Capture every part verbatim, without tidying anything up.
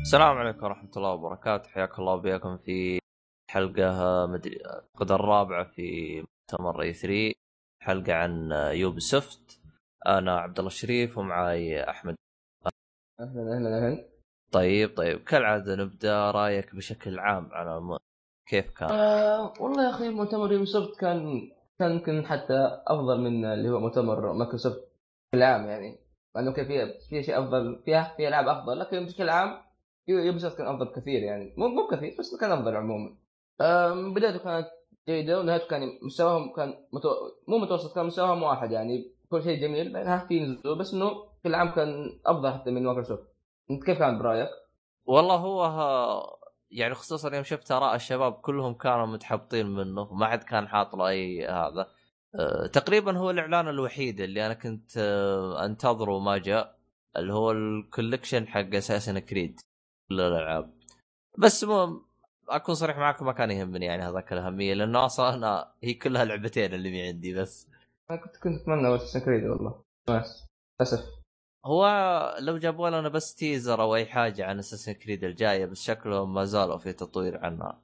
السلام عليكم ورحمة الله وبركاته. حياك الله وبياكم في حلقة مدري قد الرابعة في مؤتمر اي ثلاثة، حلقة عن يوبي سوفت. أنا عبد الله الشريف ومعاي أحمد. اهلا اهلا اهلا. طيب طيب كالعادة نبدأ رأيك بشكل عام على م... كيف كان؟ آه والله يا اخي مؤتمر يوبيسوفت كان كان يمكن حتى افضل من اللي هو مؤتمر مايكروسوفت بشكل عام، يعني مع انه كان فيها فيها شيء افضل، فيها فيها العاب افضل، لكن بشكل عام يوبيسوفت كان افضل كثير، يعني مو مو كثير بس كان افضل عموما. آه من بدايته كانت جيده ونهايته كان مستواهم كان متو... مو متوسط، كان مستواهم واحد، يعني كل شيء جميل، ها في نزول بس انه بشكل عام كان افضل حتى من مايكروسوفت. انت كيف كان برايك؟ والله هو ها... يعني خصوصا يوم شفت آراء الشباب كلهم كانوا متحبطين منه، ما حد كان حاط له أي هذا. أه... تقريبا هو الإعلان الوحيد اللي أنا كنت أه... أنتظره وما جاء، اللي هو الكوليكشن حق اساسن كريد كل الالعاب. بس مو اكون صريح معاكم، ما كان يهمني يعني هذاك الاهميه، لانه اصلا أنا هي كلها لعبتين اللي مي عندي بس. انا كنت كنت اتمنى اساسن كريد والله، بس للاسف. هو لو جابوا لنا بس تيزر او اي حاجه عن اساسن كريد الجايه، بس شكلهم ما زالوا في تطوير عنها.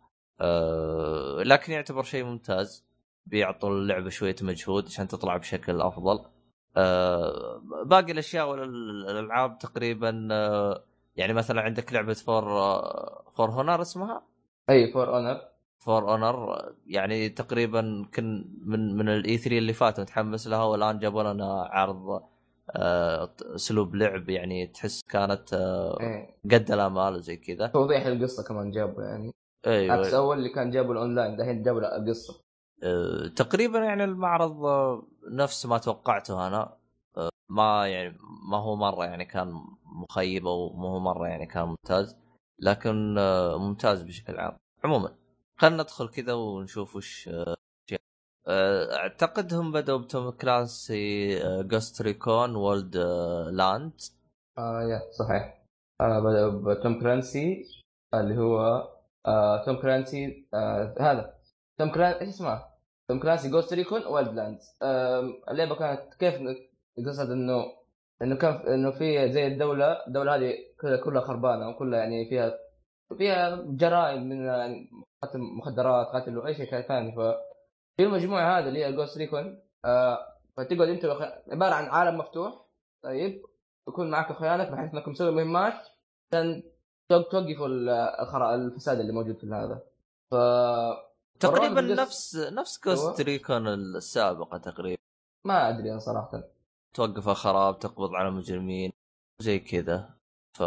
أه... لكن يعتبر شيء ممتاز، بيعطوا اللعبه شويه مجهود عشان تطلع بشكل افضل. أه... باقي الاشياء والالعاب تقريبا أه... يعني مثلا عندك لعبه فور فور هونر اسمها اي فور اونر. فور اونر، يعني تقريبا كن من من الاي ثلاثة اللي فات متحمس لها، والان جابوا لنا عرض آه، اسلوب لعب يعني تحس كانت آه، ايه قد الامال وزي كذا. توضيح القصه كمان جابوا، يعني عكس ايوه. اول اللي كان جابوا الاونلاين، دحين جابوا لا القصه. آه، تقريبا يعني المعرض آه، نفس ما توقعته انا. آه، ما يعني ما هو مره يعني كان مخيب، او ما هو مره يعني كان ممتاز، لكن آه، ممتاز بشكل عام. عموما خلينا ندخل كذا ونشوف وش آه، اعتقد هم بدأوا بتوم كلاسي جوست ريكون وولد لاند. اه يا صحيح. آه بدأ بتوم كرانسي، اللي هو آه توم كرانسي، آه هذا توم كرانسي ايش اسمه؟ توم كرانسي جوست ريكون وايلد لاندز. آه اللعبه كانت كيف قصد انه انه كان انه في زي الدوله الدوله هذه كلها كلها خربانه، وكلها يعني فيها فيها جرائم من يعني قتل مخدرات، قتل واي شيء ثاني. في المجموعه هذا اللي هي جوست ريكون، آه فتقعد انت وخ... عباره عن عالم مفتوح. طيب يكون معك اخوانك بحيث انكم تسوي مهمات عشان توق- توقفوا ال- الخرا الفساد اللي موجود في هذا. ف تقريبا ورونا في القصه. نفس نفس جوست هو ريكون السابقة تقريبا، ما ادري انا صراحه. توقف خراب، تقبض على مجرمين زي كذا.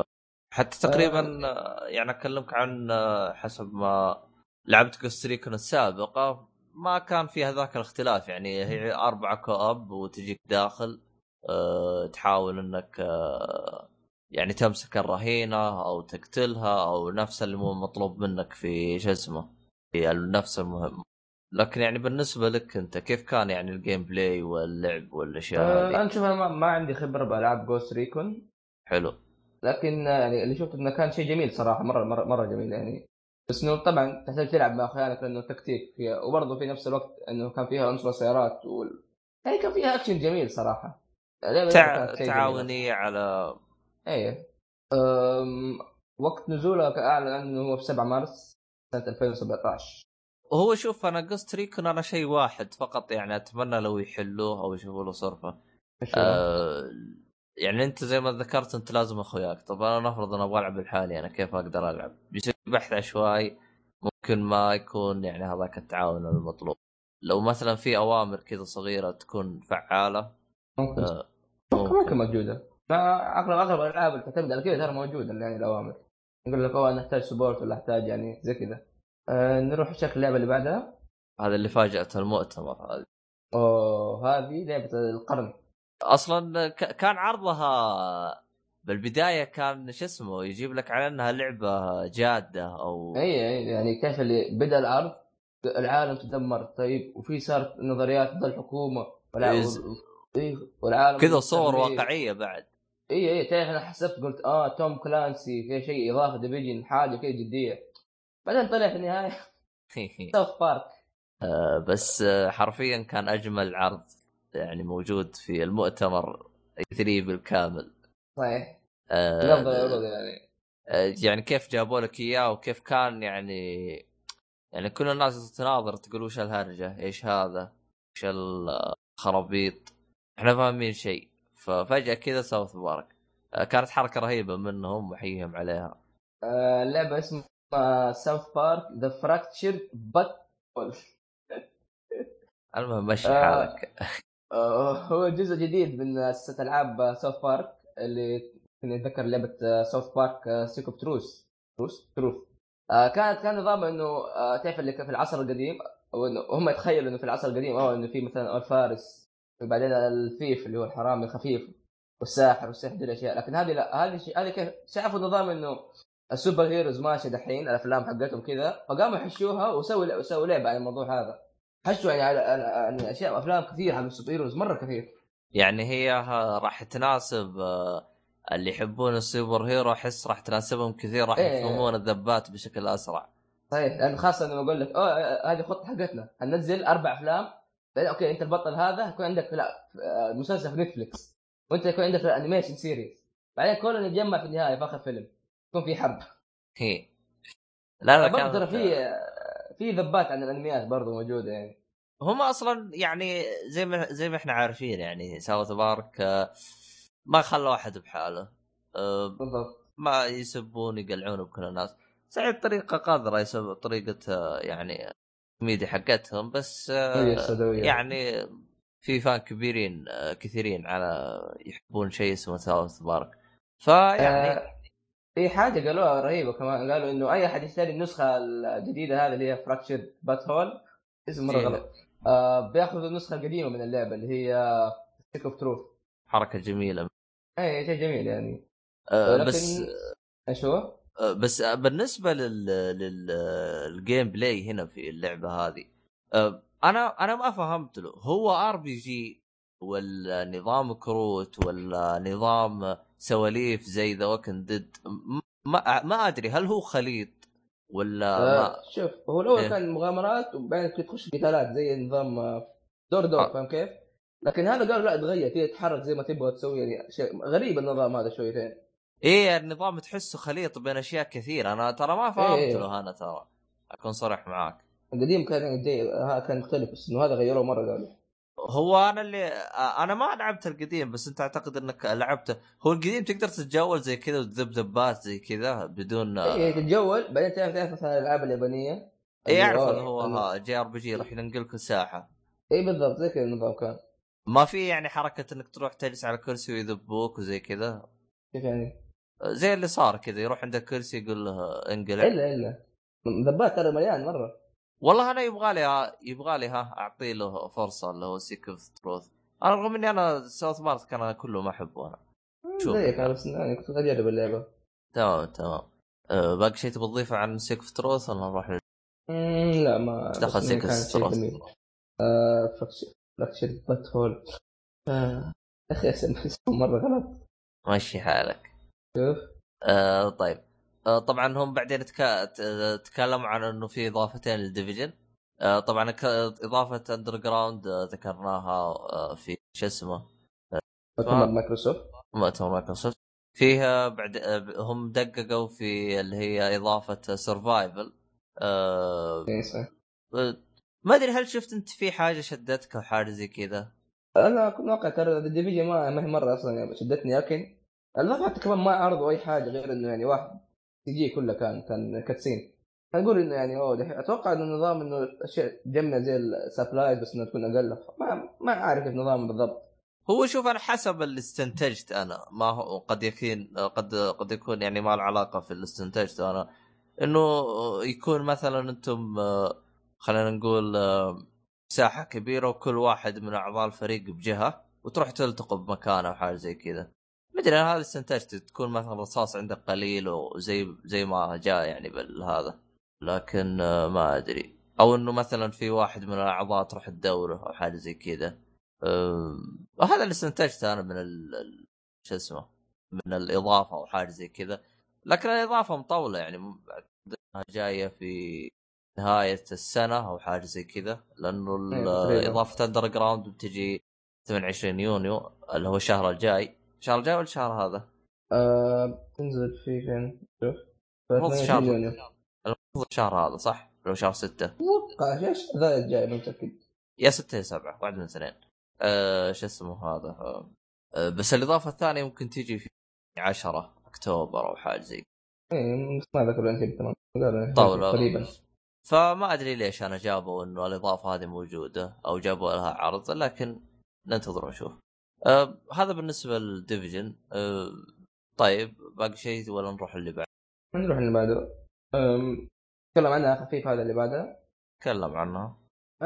حتى آه تقريبا آه، يعني اكلمك عن آه، حسب ما لعبت جوست ريكون السابقة، ما كان في هذاك الاختلاف. يعني هي أربعة كواب وتجيك داخل أه تحاول انك أه يعني تمسك الرهينة او تقتلها، او نفس اللي مو مطلوب منك في شو اسمه في نفس المهمة. لكن يعني بالنسبة لك انت كيف كان يعني الجيم بلاي واللعب والاشياء آه هذه؟ انا شوف، انا ما, ما عندي خبره بالعاب جوست ريكون، حلو. لكن آه، يعني اللي شفت انه كان شيء جميل صراحه، مره مره مره جميل يعني. بس انه طبعا تحتاج تلعب مع اخوانك لانه تكتيك فيها، وبرضه في نفس الوقت انه كان فيها عنصر سيارات وال... يعني كان فيها اكشن جميل صراحه. اللعبه اللعبه تع... كانت شيء جميل تعاونية صراحه. على ايه. أم... وقت نزولها اعلن انه هو في سبعة مارس سنه ألفين وسبعطعش. هو شوف انا قصت ريكون انا شيء واحد فقط، يعني اتمنى لو يحلوه او يشوفوا له صرفه. ايش هو؟ أه يعني انت زي ما ذكرت انت لازم اخوياك. طب انا نفرض انا ابغى العب لحالي، انا كيف اقدر العب؟ بيصير بحث عشوائي، ممكن ما يكون يعني هذاك التعاون المطلوب. لو مثلا في اوامر كذا صغيره تكون فعاله ممكن أه ممكن ممكن ممكن. موجوده، ما اغلب اغلب الالعاب اللي تعتمد على كذا ترى موجوده، يعني الاوامر يقول لك اوه انا احتاج سبورت ولا احتاج يعني زي كذا. أه نروح شكل اللعبه اللي بعدها. هذا اللي فاجأت المؤتمر هذا. اوه هذه لعبه القرن. اصلا ك- كان عرضها بالبدايه كان شو اسمه يجيب لك على انها لعبه جاده او اي اي يعني كيف اللي بدا العرض العالم تدمر، طيب وفي صارت نظريات ضد الحكومه ولا إز- و... إيه والعالم كذا صور مستغلين. واقعيه بعد. اي اي تعرف انا حسبت قلت اه توم كلانسي في شيء اضافه ديفيجن حاجه كذا جديه، بعدين طلع في النهايه ساوث بارك. آه، بس آه، حرفيا كان اجمل عرض يعني موجود في المؤتمر ثلاثة بالكامل. صحيح. من افضل آه، العروض يعني. يعني كيف جابوا لك اياه وكيف كان يعني يعني كل الناس تتناظر تقول وش الهرجه ايش هذا وش الخرابيط احنا فاهمين شيء. ففجاه كذا ساوث بارك كانت حركه رهيبه منهم وحيهم عليها. آه اللعبه اسمها ساوث بارك ذا فراكتشرد بات هول. المهم مشي آه حالك. آه هو جزء جديد من سلسله العاب ساوث بارك اللي كنا نتذكر لعبه ساوث بارك سيك اوف تروث تروث تروث. آه كانت كان نظام انه آه تعرف اللي كان في العصر القديم، او انه هم يتخيلوا انه في العصر القديم او انه في مثلا الفارس وبعدين الفيف اللي هو الحرامي الخفيف والساحر والسحر دي الاشياء. لكن هذه لا، هذه شيء هذه كيف شافوا نظام انه السوبر هيروز ماشي دحين الافلام حقتهم كذا، فقاموا يحشوها وسووا وسووا لعبه عن الموضوع هذا. حشوا يعني على يعني اشياء افلام كثير عن السوبر هيروز مره كثير. يعني هي ها- راح تناسب آه، اللي يحبون السوبر هيرو احس راح تناسبهم كثير راح يفهمون ايه الذبات بشكل اسرع. صحيح، لان خاصه انه اقول لك اوه آه، هذه خطه حقتنا هننزل اربع افلام. بعدين اوكي انت البطل هذا يكون عندك لا آه، مسلسل في نتفلكس، وانت يكون عندك انيميشن سيريز، بعدين كلهم يتجمع في النهايه في اخر فيلم يكون في حرب. هي لا لا برضه ترى كانت في آه، في ذبات عن الانميات برضه موجوده يعني. هم اصلا يعني زي ما زي ما احنا عارفين يعني ساوث بارك آه، ما خلوا احد بحاله. آه، بالضبط. ما يسبون يقلعون بكل الناس صحيح بطريقه قذره يسب طريقه آه، يعني ميدي حقتهم بس هي آه، السوداويه. يعني في فان كبيرين آه، كثيرين على يحبون شيء اسمه ساوث بارك فيعني. آه في حاجه قالوها رهيبه كمان، قالوا انه اي احد يشتري النسخه الجديده هذه اللي هي فراكشر بات هول، اسم مره فيه غلط، آه بياخذ النسخه القديمه من اللعبه اللي هي ستيك اوف تروث. حركه جميله. اي شيء جميل يعني. آه، آه، بس لكن ايش هو؟ آه، بس بالنسبه لل لل الجيم بلاي هنا في اللعبه هذه آه، انا انا ما فهمت له هو ار بي جي ولا نظام كروت ولا نظام سواليف زي ذا وكن ديد ما ما ادري هل هو خليط ولا آه ما. شوف، هو الاول إيه. كان مغامرات وبعدين كنت تخش قتالات زي نظام آه، دور دور، آه، فاهم كيف؟ لكن هذا قالوا لا تغير تقدر تتحرك زي ما تبغى تسوي، يعني شيء غريب النظام هذا شويتين. ايه النظام تحسه خليط بين اشياء كثير انا ترى ما ايه فهمت ايه له انا ترى اكون صريح معاك. القديم كان جاي ها كان مختلف، بس انه هذا غيروه مره قالوا. هو انا اللي انا ما لعبت القديم بس انت اعتقد انك لعبته. هو القديم تقدر تتجول زي كذا وتذبذبات زي كذا بدون. ايه تتجول، بعدين تعرف تعرف مثلا الالعاب اليابانيه ايه اللي اعرف اللي اوه هو انه ها جي ار بي جي راح ينقلك الساحه. ايه بالضبط زي كذا النظام كان. ما في يعني حركه انك تروح تجلس على كرسي ويذبوك وزي كذا كيف يعني؟ زي اللي صار كذا يروح عندك كرسي يقول له انقلع. الا الا ذبات ترى مليان مره. والله انا يبغى لي يبغى لي ها اعطي له فرصه اللي هو سيك اوف تروث. انا رغم اني انا ساوث بارك انا كله ما احبه انا. شوف زيك انا، انت. بس يعني كنت اجرب اللعبه. تمام تمام. أه باقي شيء تبغى تضيفه عن سيك اوف تروث ولا نروح ل- مم، لا ايش ما دخل بس انه سيك اوف كانت شيء تروث؟ جميل. آه فراكشر فراكشر بات هول. آه. يا اخي اسم اسمه مره غلط. ماشي حالك. شوف. أه طيب. أه طبعا هم بعدين تكا... ت- تكلموا عن انه في اضافتين للديفيجن. أه طبعا ك... اضافه اندر جراوند أه ذكرناها أه في شو اسمه مؤتمر اسمها مايكروسوفت. مؤتمر مايكروسوفت. فيها بعد أه هم دققوا في اللي هي اضافه سرفايفل. أه... ايه صح. أه... ما ادري هل شفت انت في حاجه شدتك او حاجه زي كذا؟ انا كنت واقع ترى الديفيجن ما ما هي مره اصلا يعني شدتني، لكن النظام حتى كمان ما عرضوا اي حاجه غير انه يعني واحد سي جي كله كان كان كاتسين. اقول انه يعني اوه دحين اتوقع انه النظام انه اشياء جمله زي السبلايز بس انه تكون اقل. ما ما عارف النظام بالضبط. هو شوف انا حسب اللي استنتجت انا ما هو قد يكون قد قد يكون يعني ما له علاقه في اللي استنتجته انا انه يكون مثلا انتم آه، خلينا نقول آه، مساحه كبيره وكل واحد من اعضاء الفريق بجهه وتروح تلتقوا بمكانه وحاجه زي كذا. مدري انا هذا استنتجت تكون مثلا رصاص عندك قليل وزي زي ما جاء يعني بالهذا. لكن آه، ما ادري او انه مثلا في واحد من الاعضاء تروح تدوره او حاجه زي كذا. أه... هذا اللي استنتجته انا من ال... ال- شو اسمه من الاضافه او حاجه زي كذا. لكن الاضافه مطوله يعني م- جايه في نهايه السنه او حاجه زي كذا لانه ايه ال- تقريبا. اضافه اندر جراوند بتجي ثمانية وعشرين يونيو اللي هو الشهر الجاي. الشهر الجاي ولا الشهر هذا؟ آه تنزل في فين شوف المفروض ثمانية وعشرين شهر، يونيو المفروض الشهر هذا صح لو شهر ستة. اتوقع ايش ذا الجاي ما متاكد. يا ستة يا سبعة واحد من اثنين. أه شو اسمه هذا أه بس الإضافة الثانية ممكن تيجي في عشرة أكتوبر أو حاجة زي ايه ما ذكر الانتيب تمام طول. قريبا. فما أدري ليش أنا جابوا إنه الإضافة هذه موجودة أو جابوا لها عرض، لكن ننتظر ونشوف. أه هذا بالنسبة للديفيجن. أه طيب باقي شيء ولا نروح اللي بعد؟ نروح اللي بعده. أم، تكلم عنها خفيف هذا اللي بعده. تكلم عنها.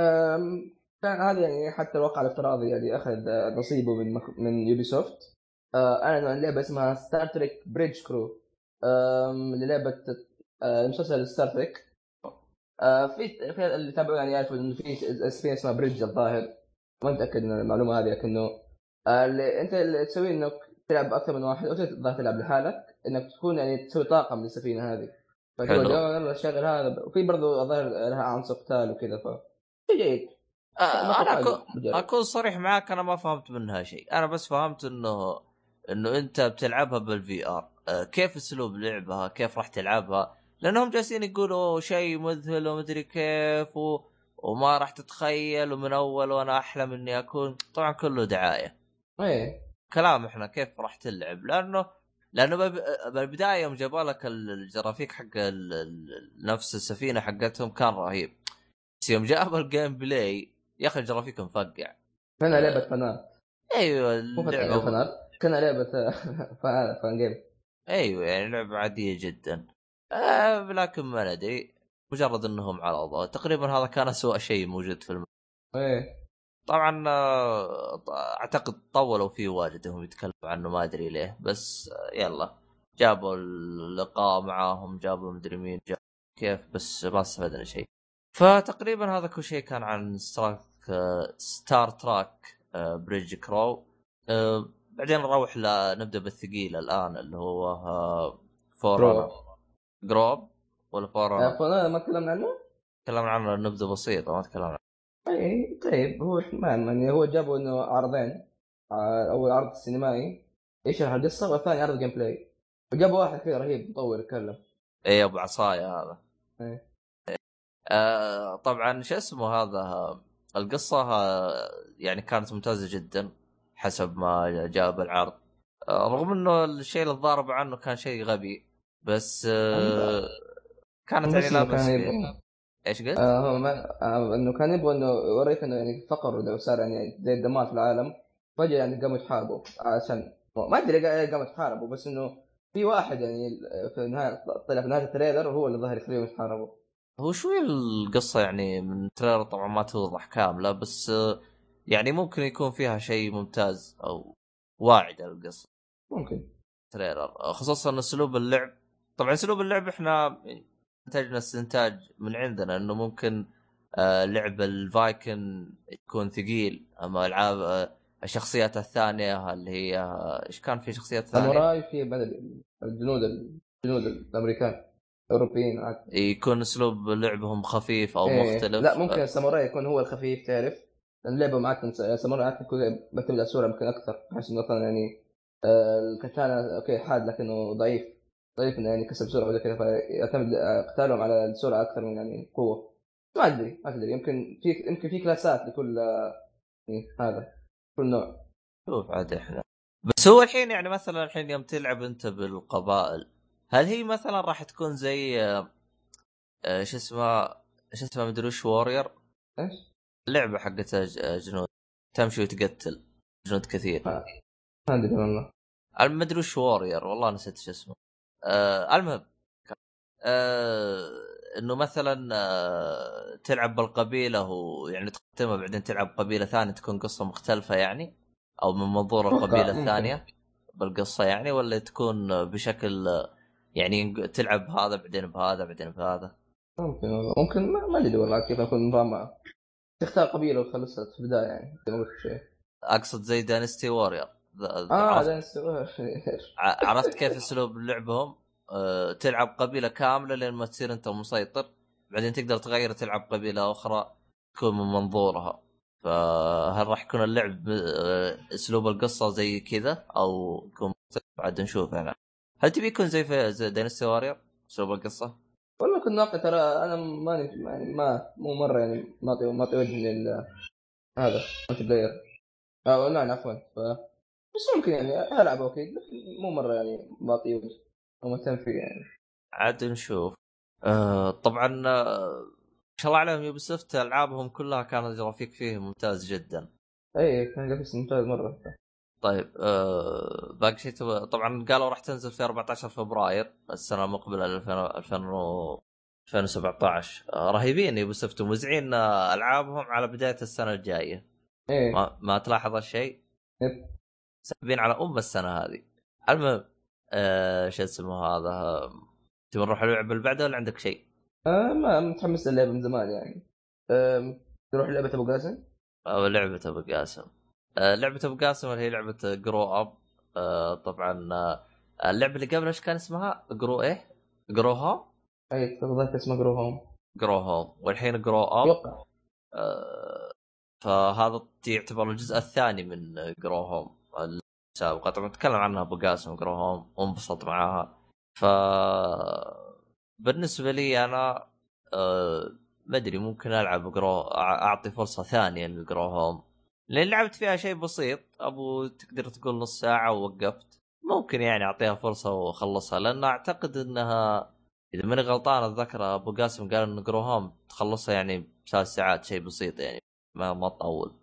أم، كان هذا يعني حتى الواقع الافتراضي يعني اخذ آه، نصيبه من مك... من يوبي سوفت. آه، اعلنوا عن لعبه اسمها ستار تريك بريدج كرو. أم، للعبه آه، مسلسل ستار تريك. آه، في في اللي يتابعون يعني يعرفوا انه في سفينه اسمها بريدج الظاهر. ما متاكد من المعلومه هذه لكنه آه، اللي انت اللي تسويه انك تلعب اكثر من واحد او تقدر تلعب لحالك انك تكون يعني تسوي طاقم للسفينه هذه. فتقعد حلو. يلا شغل هذا وفي برضو الظاهر لها عنصر قتال وكذا ف شيء جيد. آه، انا المفروض أكون عادي بجرب. اكون صريح معاك، انا ما فهمت منها شيء. انا بس فهمت انه انه انت بتلعبها بالفي ار. آه، كيف اسلوب لعبها، كيف راح تلعبها، لانهم جالسين يقولوا شيء مذهل ومدري كيف و... وما راح تتخيل ومن اول وانا احلم اني اكون. طبعا كله دعايه ايه كلام. احنا كيف راح تلعب؟ لانه لانه بب- بالبدايه يوم جابوا لك الجرافيك حق ال... ال- نفس السفينه حقتهم كان رهيب، بس يوم جاب الجيم بلاي يا اخي الجرافيك مفقع. كان لعبه آه، فنان. ايوه مو فتح اللعبه. الفنان كان لعبه فان فان جيم. ايوه يعني لعبه عاديه جدا. آه لكن ما ندري، مجرد انهم عرضوا تقريبا هذا كان أسوأ شيء موجود في الم... ايه طبعا آه، اعتقد طولوا فيه واجد هم يتكلموا عنه، ما ادري ليه، بس آه، يلا جابوا اللقاء معاهم، جابوا مدري مين جاب كيف، بس ما استفدنا شيء. فتقريبا هذا كل شيء كان عن ستار ستار تراك بريدج كرو. أه بعدين نروح لنبدا بالثقيل الان اللي هو برو. فورانر جروب ولا آه، فورانر. فنان ما تكلمنا عنه. تكلمنا عنه نبذه بسيطه، ما تكلمنا. اي طيب هو ما يعني هو جابوا انه عرضين. آه، اول عرض سينمائي يشرح القصه والثاني عرض جيم بلاي. وجابوا واحد كذا رهيب مطور يتكلم. ايه ابو عصايه هذا. إيه. أه طبعا شو اسمه هذا القصه آه، يعني كانت ممتازه جدا حسب ما جاب العرض. أه رغم انه الشيء اللي ضارب عنه كان شيء غبي، بس أه كانت يعني بس انه لابس كان فيه. يبغى ايش قلت؟ آه هو ما آه انه كان يبغى انه يوريك انه يعني فقر لو صار يعني زي الدمار في العالم. فجاه يعني قاموا يتحاربوا عشان ما ادري قاموا يتحاربوا بس انه في واحد يعني في النهايه طلع في نهايه التريلر وهو اللي ظهر يخليهم يتحاربوا. هو شوي القصة يعني من تريلر طبعا ما توضح كاملة، بس آه، يعني ممكن يكون فيها شيء ممتاز أو واعد القصة ممكن. تريلر، آه، خصوصا أسلوب اللعب. طبعا أسلوب اللعب إحنا انتجنا استنتاج من عندنا إنه ممكن آه، لعب الفايكن يكون ثقيل، أما ألعاب آه، الشخصيات الثانية اللي هي آه، إيش كان في شخصيات ثانية ساموراي في بدل الجنود الجنود الامريكان الاوروبيين عاد. يكون أسلوب لعبهم خفيف أو ايه لا مختلف. ممكن آه، الساموراي يكون هو الخفيف تعرف. لان اللعبه معك الساموراي معك يكون بكتب الاسوره يمكن اكثر بحيث انه مثلا يعني آه، الكتانة اوكي حاد لكنه ضعيف. ضعيف انه يعني كسب سرعه وزي كذا فيعتمد آه، قتالهم على السرعه اكثر من يعني قوه. ما ادري ما ادري يمكن في يمكن في كلاسات لكل آه، يعني هذا كل نوع. شوف عاد احنا بس هو الحين يعني مثلا الحين يوم تلعب انت بالقبائل، هل هي مثلا راح تكون زي آه، آه، شو اسمه شو اسمه مدري وش وورير، ايش؟ اللعبه حقت ج- آه، جنود تمشي وتقتل جنود كثير. ما ما ادري والله. المدري وش وورير والله نسيت شو اسمه. آه المهم آه انه مثلا آه تلعب بالقبيله ويعني تختمها بعدين تلعب قبيله ثانيه تكون قصه مختلفه يعني، او من منظور القبيله اتوقع ممكن. الثانيه بالقصه يعني، ولا تكون بشكل يعني تلعب هذا بعدين بهذا بعدين بهذا. ممكن والله ممكن ما, ما ادري والله كيف يكون نظام. تختار قبيله وتخلصها في البدايه يعني زي ما قلت شيء. اقصد زي دانستي وورير. اه عرفت ده نسوي ع- عرفت كيف اسلوب لعبهم. أه تلعب قبيله كامله لين ما تصير انت مسيطر، بعدين تقدر تغير تلعب قبيله اخرى تكون من منظورها. فهل راح يكون اللعب اسلوب القصه زي كذا او يكون بعد نشوف يعني. هل تبي يكون زي في زي داينستي وارير اسلوب القصه؟ والله كنت ناقي ترى انا ماني يعني ما مو مره يعني ما اعطي ما اعطي وجه لل هذا مالتي بلاير اه لا عفوا ف بس ممكن يعني العب اوكي مو مره يعني ما اعطي وجه او مهتم فيه يعني. عاد نشوف. آه طبعا آه ما شاء الله عليهم يوبيسوفت العابهم كلها كان الجرافيك فيه ممتاز جدا. اي كان جرافيكس ممتاز مره. طيب آه باقي شيء تبغى- طبعا قالوا راح تنزل في أربعة عشر فبراير السنه المقبله ألفين ألفين وسبعطعش. آه رهيبين يوبيسوفت وموزعين آه العابهم على بدايه السنه الجايه. ايه ما, ما تلاحظ الشيء يب. سابين على ام السنه هذه. المهم آه شو اسمه هذا تبي نروح اللعبه اللي بعدها ولا عندك شيء؟ آه ما متحمس للعبه من زمان يعني. آه تروح لعبه ابو قاسم. أو لعبة أبو قاسم. آه، لعبة أبو قاسم اللي هي لعبة جرو أب. آه، طبعا آه، اللعبة اللي قبل إيش كان اسمها؟ جرو إيه؟ جرو هوم؟ اي تفضلت اسمه جرو هوم جرو هوم والحين جرو أب. اتوقع. آه، فهذا يعتبر الجزء الثاني من جرو هوم السابقة. طبعا نتكلم عنها أبو قاسم جرو هوم وانبسط معاها. ف بالنسبة لي أنا أه ما أدري ممكن ألعب جرو أعطي فرصة ثانية لجرو هوم لأن لعبت فيها شيء بسيط أبو تقدر تقول نص ساعة ووقفت. ممكن يعني أعطيها فرصة وأخلصها لأن أعتقد أنها إذا ماني غلطان أتذكر أبو قاسم قال إن جرو هوم تخلصها يعني ثلاث ساعات شيء بسيط يعني ما ما تطول.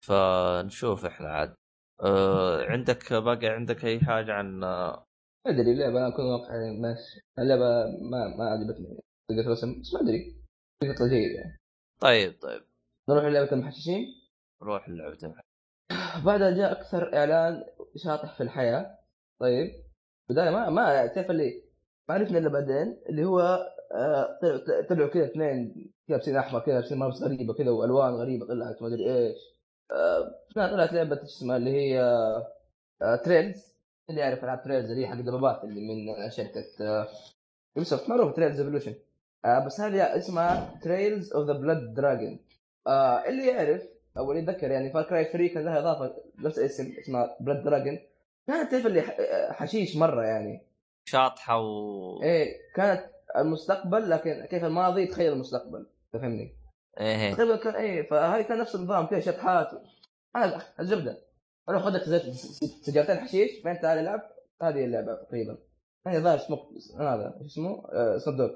فنشوف إحنا عاد. أه عندك باقي عندك أي حاجة عن ما ادري اللعبه انا اكون واقع يعني ماشي اللعبه ما ما عجبتني تقدر رسم بس ما ادري فكره جيده يعني. طيب طيب نروح لعبه المحششين. روح اللعبة. بعدها جاء اكثر اعلان شاطح في الحياه. طيب بدايه ما ما تعرف اللي ما عرفنا الا بعدين اللي هو آه، طلعوا طلعوا كذا اثنين لابسين احمر كذا لابسين ملابس غريبه كذا والوان غريبه طلعت ما ادري ايش. آه، طلعت لعبه اسمها اللي هي آه، تريلز. اللي يعرف العاب تريلز اللي هي حق دبابات اللي من شركه آه، يوبيسوفت معروف تريلز ايفولوشن. آه بس هذه اسمها تريلز اوف ذا بلاد دراجون. آه اللي يعرف او اللي يتذكر يعني فار كراي ثري كان لها اضافه نفس الاسم اسمها بلاد دراجون. كانت تعرف اللي ح- حشيش مره يعني. شاطحة و ايه كانت المستقبل لكن كيف الماضي تخيل المستقبل تفهمني. ايه تقريبا كان ايه فهذه كان نفس النظام فيها شطحات. هذا الزبده. انا خذك سجارتين حشيش فين تعال العب. هذه اللعبه تقريبا. هذه ظاهر اسمه هذا ايش اسمه آه صدق.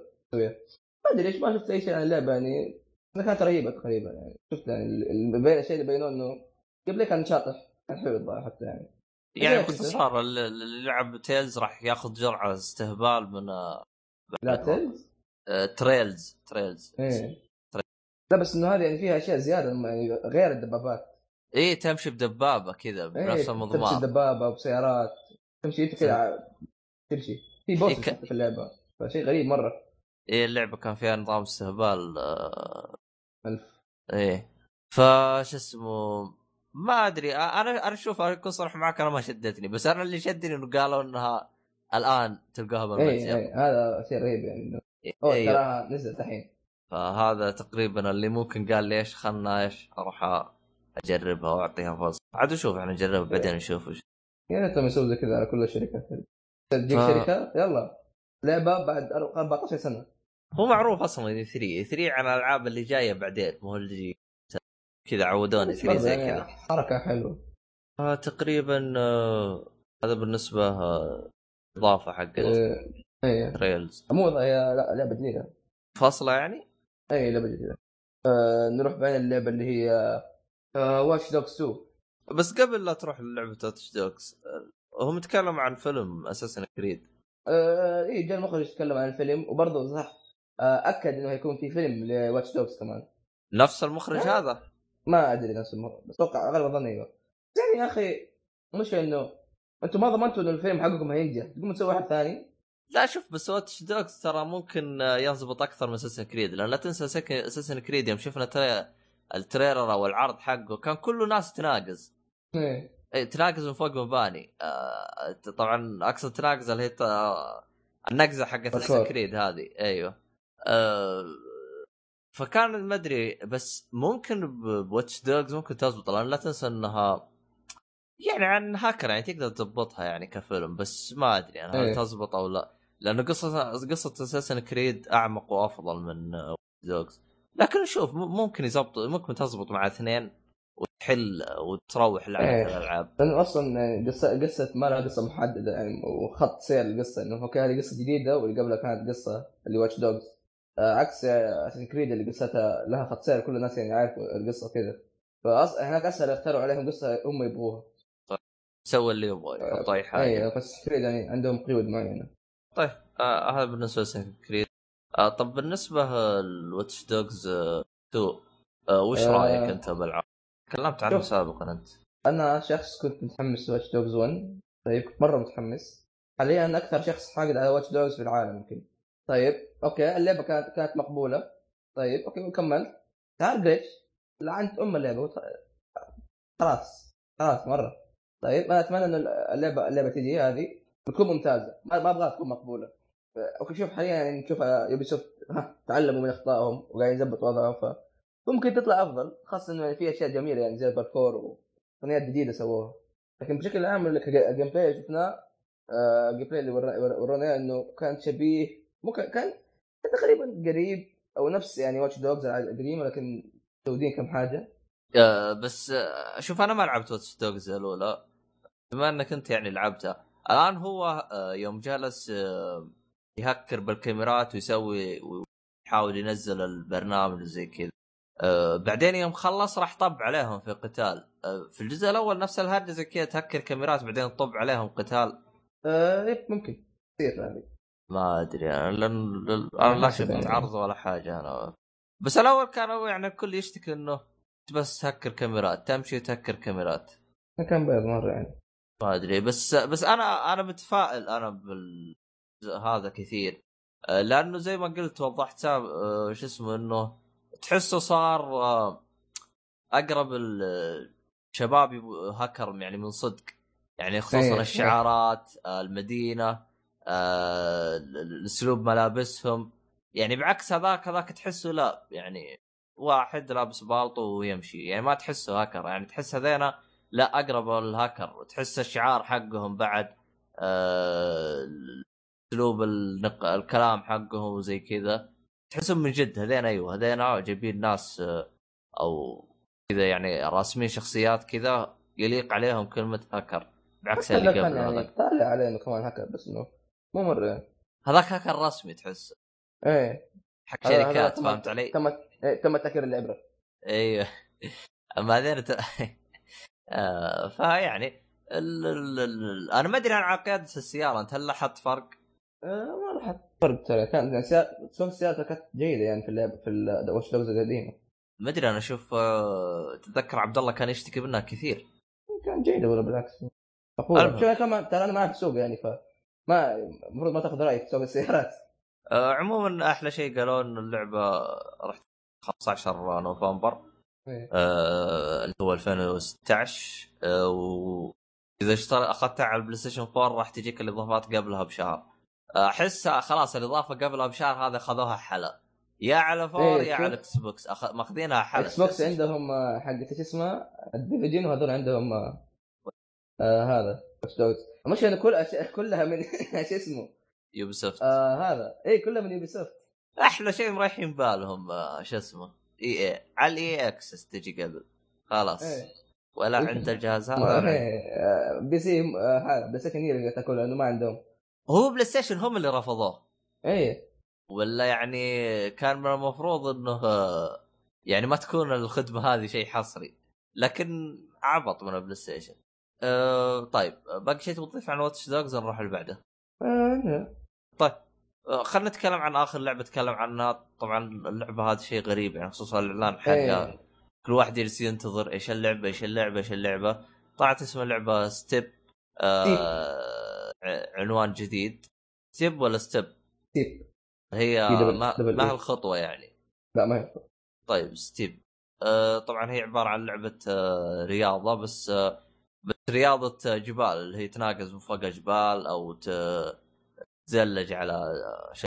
ما ادري ليش ما شفت اي شيء عن اللعبه يعني. انها كانت رهيبه تقريبا يعني شفت يعني ال- ال- بين الشيء اللي بينه انه قبل كان شاطح كان حلو الظاهر حتى يعني. ايش يعني رايك انت؟ باختصار ال- ال- اللي لعب تيلز راح ياخذ جرعة استهبال من آه، لا تيلز. آه، تريلز تريلز ايه لا بس انه هذه يعني فيها اشياء زياده يعني غير الدبابات. ايه تمشي بدبابة كذا بنفس ايه تمشي المضمار. بدبابه وبسيارات. تمشي انت كذا فهمت. ع- كل شيء في إيه, بوسس ك... حتى في اللعبه. فشيء غريب مره. إيه اللعبة كان فيها نظام استهبال آه، الف. ايه فش اسمه ما ادري انا انا اشوف اكون صريح معك انا ما شدتني بس انا اللي شدني انه قالوا انها الان تلقاها ايه بالمتجر. ايه هذا شيء رهيب يعني إنه اوه ايوه تراها نزلت الحين. فهذا تقريبا اللي ممكن قال لي ايش خلنا ايش اروح اجربها واعطيها فرصه عاد نشوف احنا نجربها بعدين نشوف وش. يا ريتهم يسووا زي كذا على كل الشركات. تجيك فهو شركه يلا لعبه بعد أربعة عشر سنه. معروف اصلا ثلاثة ثلاثة عن الالعاب اللي جايه بعدين مو اللي كذا عودوني بس ثلاثة برضه زي يعني كذا. حركه حلوه. فتقريبا آه، هذا بالنسبه آه، اضافه حق ايه ايه التريلز مو هي لا لعبه جديده. فاصله يعني. اي لعبه جديده. آه نروح بين اللعبه اللي هي آه واتش دوكس تو. بس قبل لا تروح للعبه واتش دوكس هم تكلموا عن فيلم اساسن كريد. آه ايه جاء المخرج يتكلم عن الفيلم وبرضه صح. آه اكد انه هيكون في فيلم لواتش دوكس كمان. نفس المخرج آه هذا. ما ادري نفس المخرج بس اتوقع غالبا ظني ايوه. بس يعني يا اخي مش انه انتم ما ضمنتوا انه الفيلم حقكم هينجح تقوموا تسوي واحد ثاني. لا شوف بس واتش دوكس ترى ممكن ينضبط اكثر من اساسن كريد لان لا تنسى اساسن كريد يوم شفنا ترى التريلر او العرض حقه كان كله ناس تناقز. ايه اي تناقز من فوق مباني آه طبعا اقصد تناقز اللي هي آه النقزه حقت اساسن باركور. كريد هذه ايوه. آه فكان ما ادري، بس ممكن بواتش دوجز ممكن تزبط، لان لا تنسى انها يعني عن هاكر يعني تقدر تضبطها يعني كفيلم، بس ما ادري انا هل ايه تزبط او لا، لانه قصه قصه اساسا كريد اعمق وافضل من دوجز. لكن شوف ممكن يزبط، ممكن تزبط مع اثنين وتحل وتروح لعبه ايه الالعاب. لانه اصلا يعني قصه قصه ما لها قصه محدده يعني وخط سير القصه، انه اوكي هذه قصه جديده واللي قبلها كانت قصه اللي واتش دوجز، آه عكس اساسن كريد اللي قصتها لها خط سير كل الناس يعني عارفوا القصه كذا. فأص... هناك اسهل يختاروا عليهم قصه هم يبغوها. طيب سوى اللي يبغى يحط اي اي حاجه. بس كريد يعني عندهم قيود معينه. طيب آه هذا بالنسبه لسن كريد. آه طب بالنسبه لواتش دوجز تو، آه وش رايك آه انت بالعاب؟ تكلمت عنه شوف، سابقا انت. انا شخص كنت متحمس لواتش دوجز واحد. طيب كنت مره متحمس. حاليا اكثر شخص حاقد على واتش دوجز في العالم يمكن. طيب اوكي اللعبه كانت كانت مقبوله. طيب اوكي وكملت. تعال جلتش لعنت ام اللعبه وط- خلاص خلاص مره. طيب انا اتمنى ان اللعبه اللعبه تجي هذه تكون ممتازه، ما ما ابغاها تكون مقبوله. اوكي شوف حاليا يعني نشوف يوبي سوفت تعلموا من اخطائهم وقاعدين يظبطوا وضعهم، فممكن تطلع افضل، خاصه انه في اشياء جميله يعني زي الباركور وقنيات جديده سووها. لكن بشكل عام الجيم بلاي اللي شفناه، آه، الجيم بلاي اللي ورا- وروناه انه كان شبيه، مو كان كان تقريبا قريب او نفس يعني واتش دوجز القديمه، لكن مزودين كم حاجه. آه بس آه شوف انا ما لعبت واتش دوجز الاولى، بما انك انت يعني لعبتها الان. هو آه يوم جلس آه يهكر بالكاميرات ويسوي ويحاول ينزل البرنامج زي كذا، آه بعدين يوم خلص راح طب عليهم في قتال. آه في الجزء الاول نفس الهرجه زي كذا، تهكر كاميرات بعدين طب عليهم قتال. آه إيه، ممكن تصير هذه. ما ادري انا لان لأن انا على لا حسب شفت عرض يعني. ولا حاجه انا. بس الاول كانوا يعني الكل يشتكي انه بس تهكر كاميرات، تمشي وتهكر كاميرات. كان بيض مره يعني. ما ادري، بس بس انا انا متفائل انا بال هذا كثير. آه، لانه زي ما قلت وضحت ساب- آه، شو اسمه انه تحسه صار آه، اقرب الشباب هاكر يعني من صدق، يعني خصوصا ايه صحيح. الشعارات آه، المدينه آه، الاسلوب ملابسهم. يعني بعكس هذاك هذاك تحسه لا يعني واحد لابس بالطو ويمشي، يعني ما تحسه هاكر، يعني تحس هذينا لا اقرب الهاكر. تحس الشعار حقهم بعد آه، اسلوب النق... الكلام حقهم وزي كذا، تحسهم من جد هذين. ايوه هذين جايبين ناس آه، او كذا يعني راسمين شخصيات كذا يليق عليهم كلمة هاكر، بعكس حتى لو اللي كان قبله يعني هذاك. طالع عليه انه كمان هكر بس انه مو مره يعني. هذاك هاكر رسمي تحس، ايه حق هذا هذا شركات، تم فهمت علي؟ تم إيه تم تاكير العبره. ايوه. اما هذين ت... آه فيعني ال... ال... ال... انا ما ادري عن قيادة السيارة، انت هل لاحظت فرق؟ آه ما راح فرق ترى، كان يعني سيا- سوق السيارة كانت جيدة يعني في اللعبة في الوش دوجز القديمة. ما ادري انا اشوف آه... تتذكر عبد الله كان يشتكي منها كثير. كان جيدة ولا بالعكس مقبولة. شوف المهم أنا كمان ترى أنا ما أعرف السوق يعني، ف ما المفروض ما تاخذ رأيي في سوق السيارات. آه عموما احلى شيء قالوا ان اللعبة راح خمسة عشر نوفمبر إيه. آه، اللي هو ألفين وستة عشر. آه، واذا اشتري اخذتها على البلاي ستيشن أربعة راح تجيك الاضافات قبلها بشهر. احس خلاص الاضافه قبلها بشهر هذا خذوها حلا، يا على فور إيه يا على شوف، اكس بوكس أخ... ماخذينها حلا إكس بوكس تحس. عندهم آه، حق ايش اسمه الديفيجن، وهذول عندهم آه آه، هذا وش دوجز. مش يعني كل أشياء كلها من ايش اسمه يوبي سوفت آه هذا إيه كلها من يوبي سوفت. احلى شيء مريحين بالهم آه، شو اسمه اي اي على الاي اكسس تجي قبل خلاص، إيه ولا وش عند الجهاز هذا ما ولا عند. إيه آه، بي سي آه، هذا بلاي ستيشن هي اللي تاكلها لانه ما عندهم. هو بلاي ستيشن هم اللي رفضوه، ايه ولا يعني كان من المفروض انه يعني ما تكون الخدمه هذه شيء حصري، لكن عبط من البلاي ستيشن. أه طيب باقي شيء تضيف عن واتش دوجز نروح اللي بعده؟ آه. طيب أه خلينا نتكلم عن اخر لعبه تكلم عنها. طبعا اللعبه هذه شيء غريب يعني خصوصا الاعلان حقها، ايه كل واحد جالس ينتظر ايش اللعبه ايش اللعبه ايش اللعبه. طلعت اسم اللعبه ستيب. ستيب. أه عنوان جديد. ستيب ولا ستيب؟ ستيب هي في دبل ما دبل ما هي ايه. الخطوه يعني. لا ما هي. طيب ستيب. آه طبعا هي عباره عن لعبه آه رياضه، بس آه بس رياضه آه، جبال، اللي هي تناقز من فوق جبال او تزلج على آه، شيء.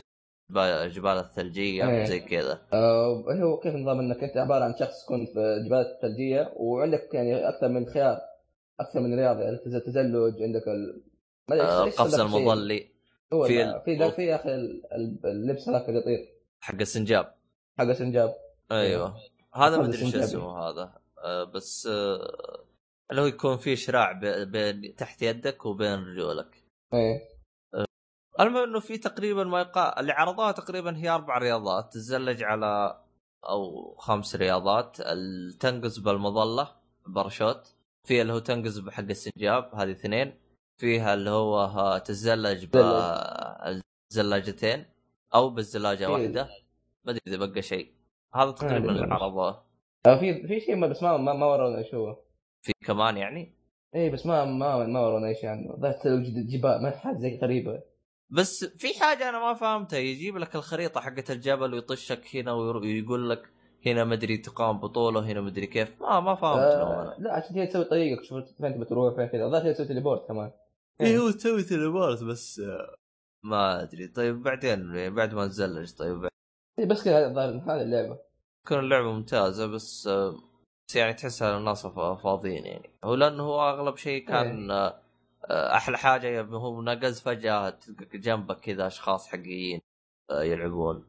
الجبال الثلجيه إيه. زي كذا. آه هو كيف نظام انك انت عباره عن شخص كنت في الجبال الثلجيه وعندك يعني اكثر من خيار، اكثر من رياضه، يعني التزلج عندك ال... ما ادري ايش آه، ايش قفز ذاك الشيء. المظلي هو في ال... ال... في ذاك في يا اخي ال- ال- اللبس هذاك اللي يطير حق السنجاب. حق سنجاب. ايوه ايوه هذا ما القفز ادري شو السنجابي. اسمه هذا. آه، بس آه، اللي هو يكون فيه شراع ب- بين تحت يدك وبين رجولك. ايه المهم انه في تقريبا ما يقال اللي عرضوها تقريبا هي اربع رياضات تتزلج على او خمس رياضات. التنقز بالمظله باراشوت، في اللي هو تنقز بحق السنجاب هذه اثنين، فيها اللي هو ها تتزلج تزلج. بالزلاجتين او بالزلاجه في واحده. ما ادري اذا بقى شيء. هذا ما تقريبا ادري اللي والله. عرضوه. آه في في شيء ما بس ما ما, ما ورونا ايش هو. في كمان يعني، ايه بس ما ما ما ورونا ايش يعني، ذات جبال ما حاجه زي غريبه. بس في حاجة أنا ما فهمتها. يجيب لك الخريطة حقت الجبل ويطشك هنا ويقول لك هنا مدري تقام بطولة هنا مدري كيف. ما ما فهمت لهم آه أنا. لا عشان تيجي تسوي طريقك شوف فين تبي تروح فين كذا، ذات تسوي تليبورت كمان. إيه ايه هو تسوي تليبورت بس آه، ما أدري. طيب بعدين يعني بعد ما نزلج طيب إيه، بس كذا الظاهر هذه اللعبه. تكون اللعبة ممتازة بس آه، بس يعني تحسها الناس فا- فاضيين يعني. هو لأنه هو أغلب شيء كان ايه آه، آه، أحلى حاجة يعني هو نقز فجأة تلقى جنبك كذا أشخاص حقيقيين آه، يلعبون.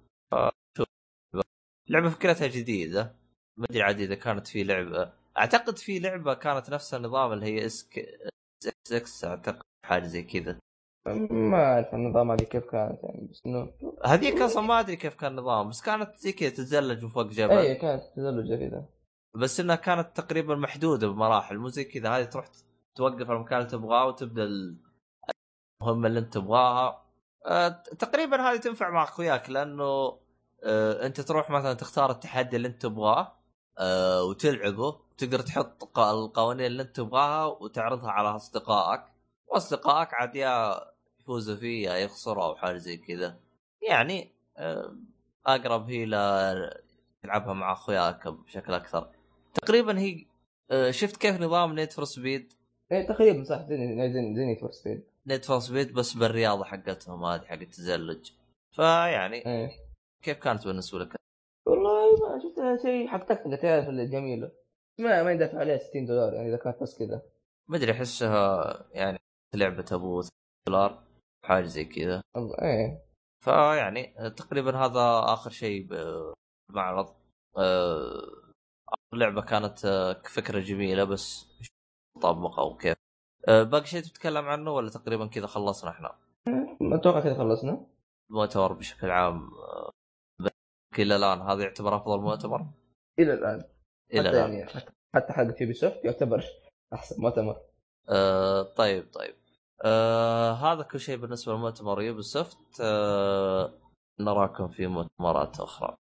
لعبة فكرتها جديدة. ما ادري عاد اذا كانت في لعبة، اعتقد في لعبة كانت نفس النظام اللي هي اسك اكس اكس اعتقد حاجة زي كذا. ما اعرف النظام هذه كيف كانت يعني، بس انه هذيك اصلا ما ادري كيف كان النظام، بس كانت زي كذا تتزلج من فوق جبل. ايه كانت تزلج كذا. بس انها كانت تقريبا محدودة بمراحل، مو زي كذا هذه تروح توقف المكان اللي تبغاه وتبدا المهمة اللي انت تبغاها. أه تقريبا هذه تنفع مع اخوياك لانه أه انت تروح مثلا تختار التحدي اللي انت تبغاه أه وتلعبه، تقدر تحط ق- القوانين اللي انت تبغاها وتعرضها على اصدقائك، واصدقائك عاد يا يفوزوا فيه يا يخسروا او حاجه زي كذا. يعني أه اقرب هي ل تلعبها مع اخوياك بشكل اكثر. تقريبا هي أه شفت كيف نظام نيد فور سبيد. ايه تقريبا صح، زين زين زين فور سبيد. نيد فور سبيد بس بالرياضه حقتهم هذه حق التزلج. فيعني ايه كيف كانت بالنسبه لك؟ والله ما شفت شيء حق تكتك تعرف الجميله، ما ما يدفع عليها ستين دولار يعني اذا كانت بس كذا. ما ادري احسها يعني لعبه ابو دولار حاجه زي كذا. والله ايه. فيعني تقريبا هذا اخر شيء بمعرض. آه، اللعبه كانت آه، فكره جميله بس طبقه او كيف. آه، باقي شيء تتكلم عنه ولا تقريبا كذا خلصنا احنا ما اتوقع كذا خلصنا المؤتمر بشكل عام. آه، الى الان هذا يعتبر افضل مؤتمر الى الان. الى حتى الان. يعني حتى, حتى حق يوبي سوفت يعتبر احسن مؤتمر. آه طيب طيب. آه هذا كل شيء بالنسبة لمؤتمر يوبي سوفت. آه نراكم في مؤتمرات أخرى.